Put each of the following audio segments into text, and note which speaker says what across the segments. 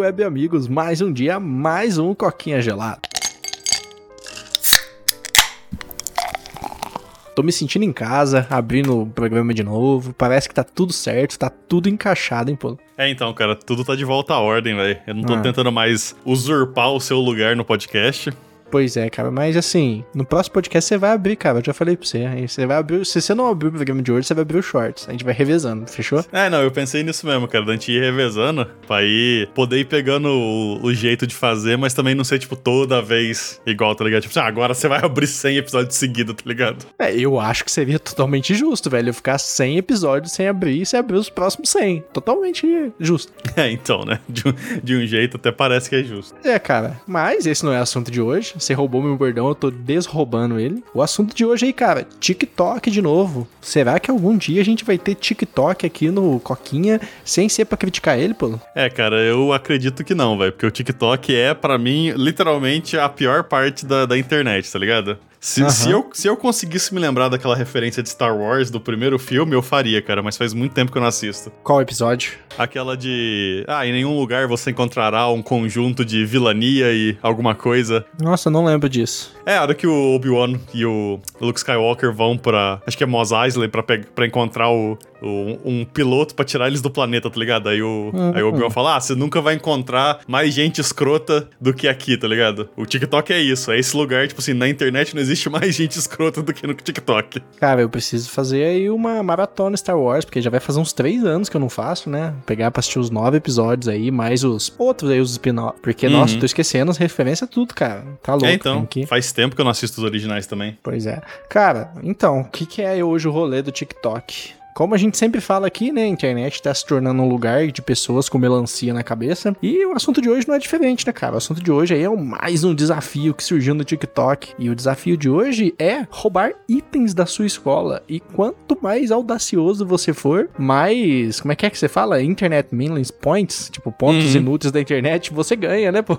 Speaker 1: web amigos, mais um dia, mais um Coquinha Gelado. Tô me sentindo em casa, abrindo o programa de novo, parece que tá tudo certo, tá tudo encaixado, hein, pô?
Speaker 2: Então, cara, tudo tá de volta à ordem, velho. Eu não tô tentando mais usurpar o seu lugar no podcast.
Speaker 1: Pois é, cara, mas assim, no próximo podcast você vai abrir, cara, eu já falei pra você, aí você vai abrir, se você não abrir o programa de hoje, você vai abrir o Shorts, a gente vai revezando, fechou?
Speaker 2: Não, eu pensei nisso mesmo, cara, da gente ir revezando, pra poder ir pegando o jeito de fazer, mas também não ser, tipo, toda vez igual, tá ligado? Tipo, agora você vai abrir 100 episódios seguidos, tá ligado?
Speaker 1: Eu acho que seria totalmente justo, velho, eu ficar 100 episódios sem abrir e você abrir os próximos 100, totalmente justo.
Speaker 2: Então, né, de um jeito até parece que é justo.
Speaker 1: Cara, mas esse não é o assunto de hoje. Você roubou meu bordão, eu tô desroubando ele. O assunto de hoje aí, cara, TikTok de novo. Será que algum dia a gente vai ter TikTok aqui no Coquinha sem ser pra criticar ele, pô?
Speaker 2: Cara, eu acredito que não, velho, porque o TikTok é, pra mim, literalmente a pior parte da internet, tá ligado? Se eu conseguisse me lembrar daquela referência de Star Wars do primeiro filme, eu faria, cara, mas faz muito tempo que eu não assisto.
Speaker 1: Qual episódio?
Speaker 2: Aquela de... em nenhum lugar você encontrará um conjunto de vilania e alguma coisa.
Speaker 1: Nossa, eu não lembro disso.
Speaker 2: A hora que o Obi-Wan e o Luke Skywalker vão pra... Acho que é Mos Eisley pra encontrar um piloto pra tirar eles do planeta, tá ligado? Aí o Obi-Wan fala, você nunca vai encontrar mais gente escrota do que aqui, tá ligado? O TikTok é isso, é esse lugar, tipo assim, na internet não existe mais gente escrota do que no TikTok.
Speaker 1: Cara, eu preciso fazer aí uma maratona Star Wars, porque já vai fazer uns 3 anos que eu não faço, né? Pegar pra assistir os 9 episódios aí, mais os outros aí, os spin-off. Porque, nossa, tô esquecendo as referências a tudo, cara. Tá louco.
Speaker 2: Então, faz tempo que eu não assisto os originais também.
Speaker 1: Pois é. Cara, então, o que é hoje o rolê do TikTok? Como a gente sempre fala aqui, né, a internet tá se tornando um lugar de pessoas com melancia na cabeça. E o assunto de hoje não é diferente, né, cara? O assunto de hoje aí é mais um desafio que surgiu no TikTok. E o desafio de hoje é roubar itens da sua escola. E quanto mais audacioso você for, mais... Como é que você fala? Internet Meaningless Points? Tipo, pontos inúteis da internet, você ganha, né, pô?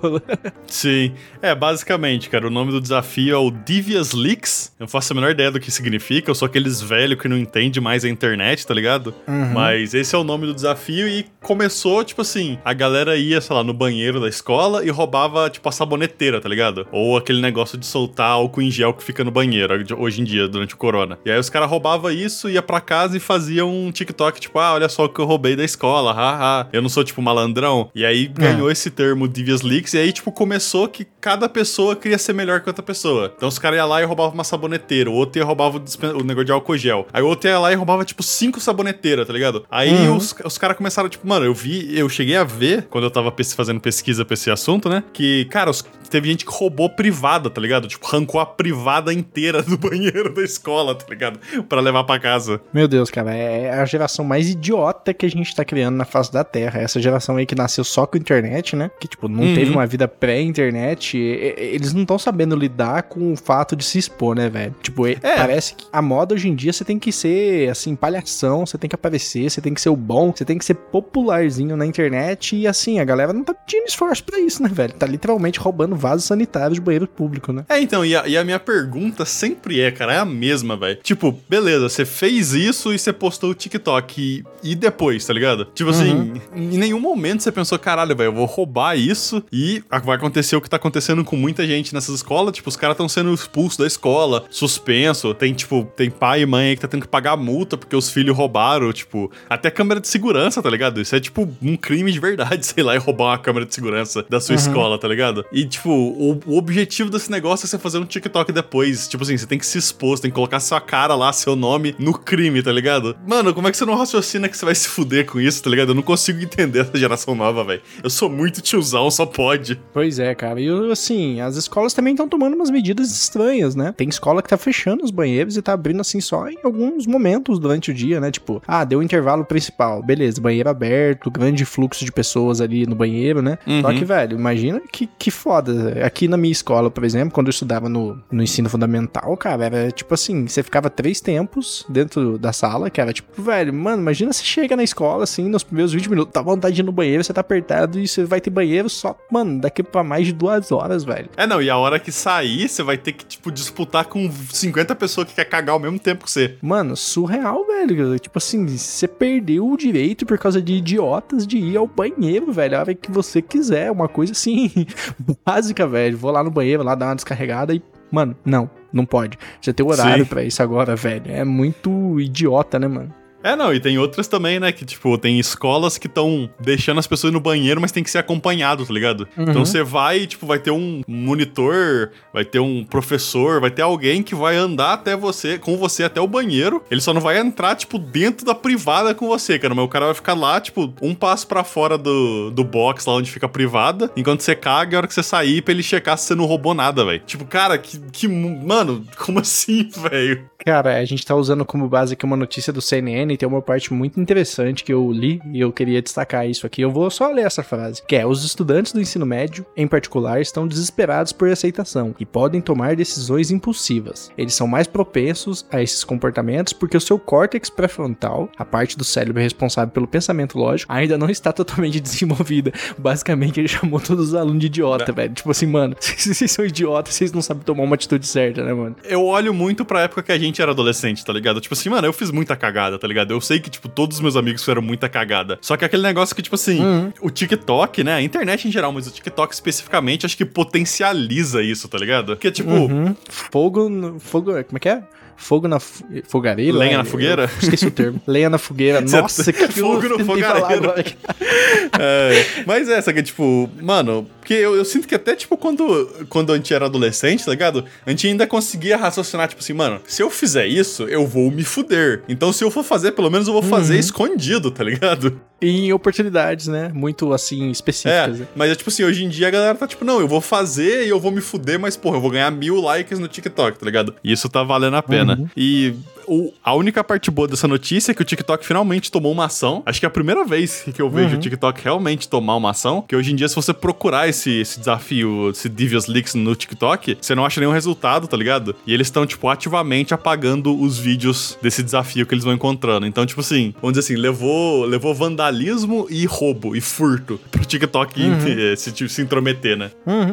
Speaker 2: Sim. Basicamente, cara, o nome do desafio é o Devious Leaks. Eu não faço a menor ideia do que significa. Eu sou aqueles velhos que não entendem mais a internet, tá ligado? Mas esse é o nome do desafio e começou, tipo assim, a galera ia, sei lá, no banheiro da escola e roubava, tipo, a saboneteira, tá ligado? Ou aquele negócio de soltar álcool em gel que fica no banheiro, hoje em dia, durante o corona. E aí os caras roubavam isso, ia pra casa e faziam um TikTok, tipo, olha só o que eu roubei da escola, haha, eu não sou, tipo, malandrão. E aí ganhou esse termo Devious Leaks, e aí, tipo, começou que cada pessoa queria ser melhor que outra pessoa. Então os caras iam lá e roubavam uma saboneteira, o outro ia roubar o negócio de álcool gel. Aí o outro ia lá e roubava, tipo, 5 saboneteiras, tá ligado? Aí os caras começaram, tipo, mano, eu cheguei a ver, quando eu tava fazendo pesquisa pra esse assunto, né? Que, cara, teve gente que roubou privada, tá ligado? Tipo, arrancou a privada inteira do banheiro da escola, tá ligado? Pra levar pra casa.
Speaker 1: Meu Deus, cara, é a geração mais idiota que a gente tá criando na face da Terra. Essa geração aí que nasceu só com internet, né? Que, tipo, não teve uma vida pré-internet. Eles não estão sabendo lidar com o fato de se expor, né, velho? Tipo, parece que a moda hoje em dia você tem que ser, assim, palhação, você tem que aparecer, você tem que ser o bom, você tem que ser popularzinho na internet e, assim, a galera não tá pedindo esforço pra isso, né, velho? Tá literalmente roubando vasos sanitários de banheiro público, né?
Speaker 2: Então, e a minha pergunta sempre cara, é a mesma, velho. Tipo, beleza, você fez isso e você postou o TikTok e depois, tá ligado? Tipo assim, em nenhum momento você pensou, caralho, velho, eu vou roubar isso e vai acontecer o que tá acontecendo com muita gente nessas escolas, tipo, os caras estão sendo expulsos da escola, suspenso, tem pai e mãe aí que tá tendo que pagar multa porque os filhos roubaram, tipo, até câmera de segurança, tá ligado? Isso é, tipo, um crime de verdade, sei lá, e roubar uma câmera de segurança da sua escola, tá ligado? E, tipo, o objetivo desse negócio é você fazer um TikTok depois, tipo assim, você tem que se expor, você tem que colocar sua cara lá, seu nome no crime, tá ligado? Mano, como é que você não raciocina que você vai se fuder com isso, tá ligado? Eu não consigo entender essa geração nova, velho. Eu sou muito tiozão, só pode.
Speaker 1: Pois é, cara. E, assim, as escolas também estão tomando umas medidas estranhas, né? Tem escola que tá fechando os banheiros e tá abrindo, assim, só em alguns momentos durante o dia, né? Tipo, deu o intervalo principal. Beleza, banheiro aberto, grande fluxo de pessoas ali no banheiro, né? Só que, velho, imagina que foda. Aqui na minha escola, por exemplo, quando eu estudava no ensino fundamental, cara, era tipo assim, você ficava 3 tempos dentro da sala, que era tipo, velho, mano, imagina você chega na escola, assim, nos primeiros 20 minutos, dá vontade de ir no banheiro, você tá apertado e você vai ter banheiro só, mano, daqui pra mais de 2 horas, velho.
Speaker 2: Não, e a hora que sair, você vai ter que, tipo, disputar com 50 pessoas que quer cagar ao mesmo tempo que você.
Speaker 1: Mano, surreal, velho. velho, tipo assim, você perdeu o direito por causa de idiotas de ir ao banheiro, velho, a hora que você quiser, uma coisa assim, básica, velho. Vou lá no banheiro, lá dar uma descarregada e, mano, não pode. Você tem horário pra isso agora, velho. É muito idiota, né, mano?
Speaker 2: Não, e tem outras também, né, que, tipo, tem escolas que estão deixando as pessoas ir no banheiro, mas tem que ser acompanhado, tá ligado? Então você vai, tipo, vai ter um monitor, vai ter um professor, vai ter alguém que vai andar com você até o banheiro, ele só não vai entrar, tipo, dentro da privada com você, cara, mas o cara vai ficar lá, tipo, um passo pra fora do box, lá onde fica a privada, enquanto você caga, a hora que você sair, pra ele checar se você não roubou nada, velho. Tipo, cara, mano, como assim, velho?
Speaker 1: Cara, a gente tá usando como base aqui uma notícia do CNN e tem uma parte muito interessante que eu li e eu queria destacar isso aqui. Eu vou só ler essa frase, que é: os estudantes do ensino médio, em particular, estão desesperados por aceitação e podem tomar decisões impulsivas. Eles são mais propensos a esses comportamentos porque o seu córtex pré-frontal, a parte do cérebro responsável pelo pensamento lógico, ainda não está totalmente desenvolvida. Basicamente, ele chamou todos os alunos de idiota, velho. Tipo assim, mano, vocês são idiotas, vocês não sabem tomar uma atitude certa, né, mano?
Speaker 2: Eu olho muito pra época que a gente era adolescente, tá ligado? Tipo assim, mano, eu fiz muita cagada, tá ligado? Eu sei que, tipo, todos os meus amigos fizeram muita cagada. Só que aquele negócio que, tipo assim, o TikTok, né? A internet em geral, mas o TikTok especificamente, acho que potencializa isso, tá ligado? Porque, tipo...
Speaker 1: Fogo, como é que é? Fogo na fogareira?
Speaker 2: Lenha na fogueira?
Speaker 1: Esqueci o termo. Lenha na fogueira. Nossa, que
Speaker 2: fogo no fogareiro. Mas essa que é tipo, mano, porque eu sinto que até tipo quando a gente era adolescente, tá ligado? A gente ainda conseguia raciocinar, tipo assim, mano, se eu fizer isso, eu vou me fuder. Então se eu for fazer, pelo menos eu vou fazer escondido, tá ligado?
Speaker 1: E em oportunidades, né? Muito, assim, específicas.
Speaker 2: Mas é tipo assim, hoje em dia a galera tá tipo, não, eu vou fazer e eu vou me fuder, mas porra, eu vou ganhar 1000 likes no TikTok, tá ligado? E isso tá valendo a pena. E a única parte boa dessa notícia é que o TikTok finalmente tomou uma ação. Acho que é a primeira vez que eu vejo o TikTok realmente tomar uma ação. Que hoje em dia, se você procurar esse desafio, esse Devious Leaks no TikTok, você não acha nenhum resultado, tá ligado? E eles estão, tipo, ativamente apagando os vídeos desse desafio que eles vão encontrando. Então, tipo assim, vamos dizer assim, levou vandalismo e roubo e furto pro TikTok se intrometer, né?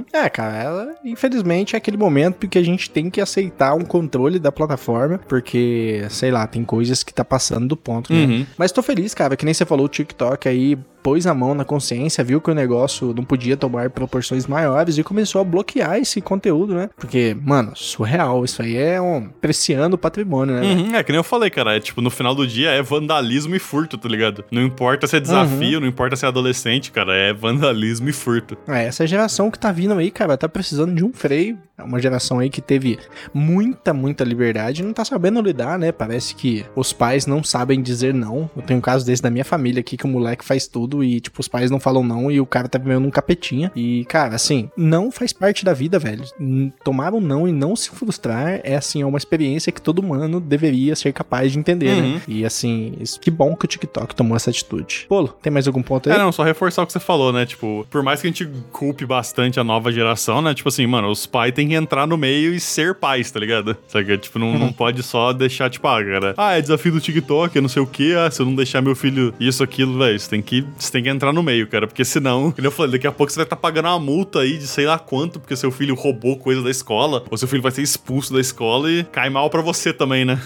Speaker 1: Cara, infelizmente é aquele momento que a gente tem que aceitar um controle da plataforma, porque sei lá, tem coisas que tá passando do ponto, né? Mas tô feliz, cara, que nem você falou, o TikTok aí pôs a mão na consciência, viu que o negócio não podia tomar proporções maiores e começou a bloquear esse conteúdo, né? Porque, mano, surreal, isso aí é apreciando o patrimônio, né?
Speaker 2: Que nem eu falei, cara, é tipo, no final do dia é vandalismo e furto, tá ligado? Não importa se é desafio, não importa se é adolescente, cara, é vandalismo e furto.
Speaker 1: Essa geração que tá vindo aí, cara, tá precisando de um freio. É uma geração aí que teve muita liberdade e não tá sabendo lidar, né? Parece que os pais não sabem dizer não. Eu tenho um caso desse da minha família aqui, que o moleque faz tudo e, tipo, os pais não falam não e o cara tá vivendo um capetinha. E, cara, assim, não faz parte da vida, velho. Tomar um não e não se frustrar é, assim, é uma experiência que todo humano deveria ser capaz de entender, né? E, assim, que bom que o TikTok tomou essa atitude. Polo, tem mais algum ponto aí?
Speaker 2: Não, só reforçar o que você falou, né? Tipo, por mais que a gente culpe bastante a nova geração, né? Tipo assim, mano, os pais têm que entrar no meio e ser pais, tá ligado? Sabe? Tipo, não pode só deixar, tipo, cara, é desafio do TikTok, não sei o quê, se eu não deixar meu filho isso, aquilo, velho, você tem que entrar no meio, cara, porque senão, como eu falei, daqui a pouco você vai estar pagando uma multa aí de sei lá quanto, porque seu filho roubou coisa da escola, ou seu filho vai ser expulso da escola e cai mal pra você também, né?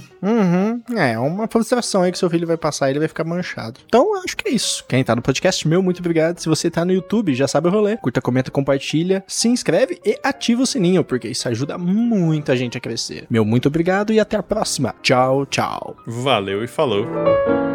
Speaker 1: É uma frustração aí que seu filho vai passar e ele vai ficar manchado. Então, acho que é isso. Quem tá no podcast, muito obrigado. Se você tá no YouTube, já sabe o rolê. Curta, comenta, compartilha, se inscreve e ativa o sininho, porque isso ajuda muita gente a crescer. Muito obrigado e até a próxima. Tchau, tchau.
Speaker 2: Valeu e falou.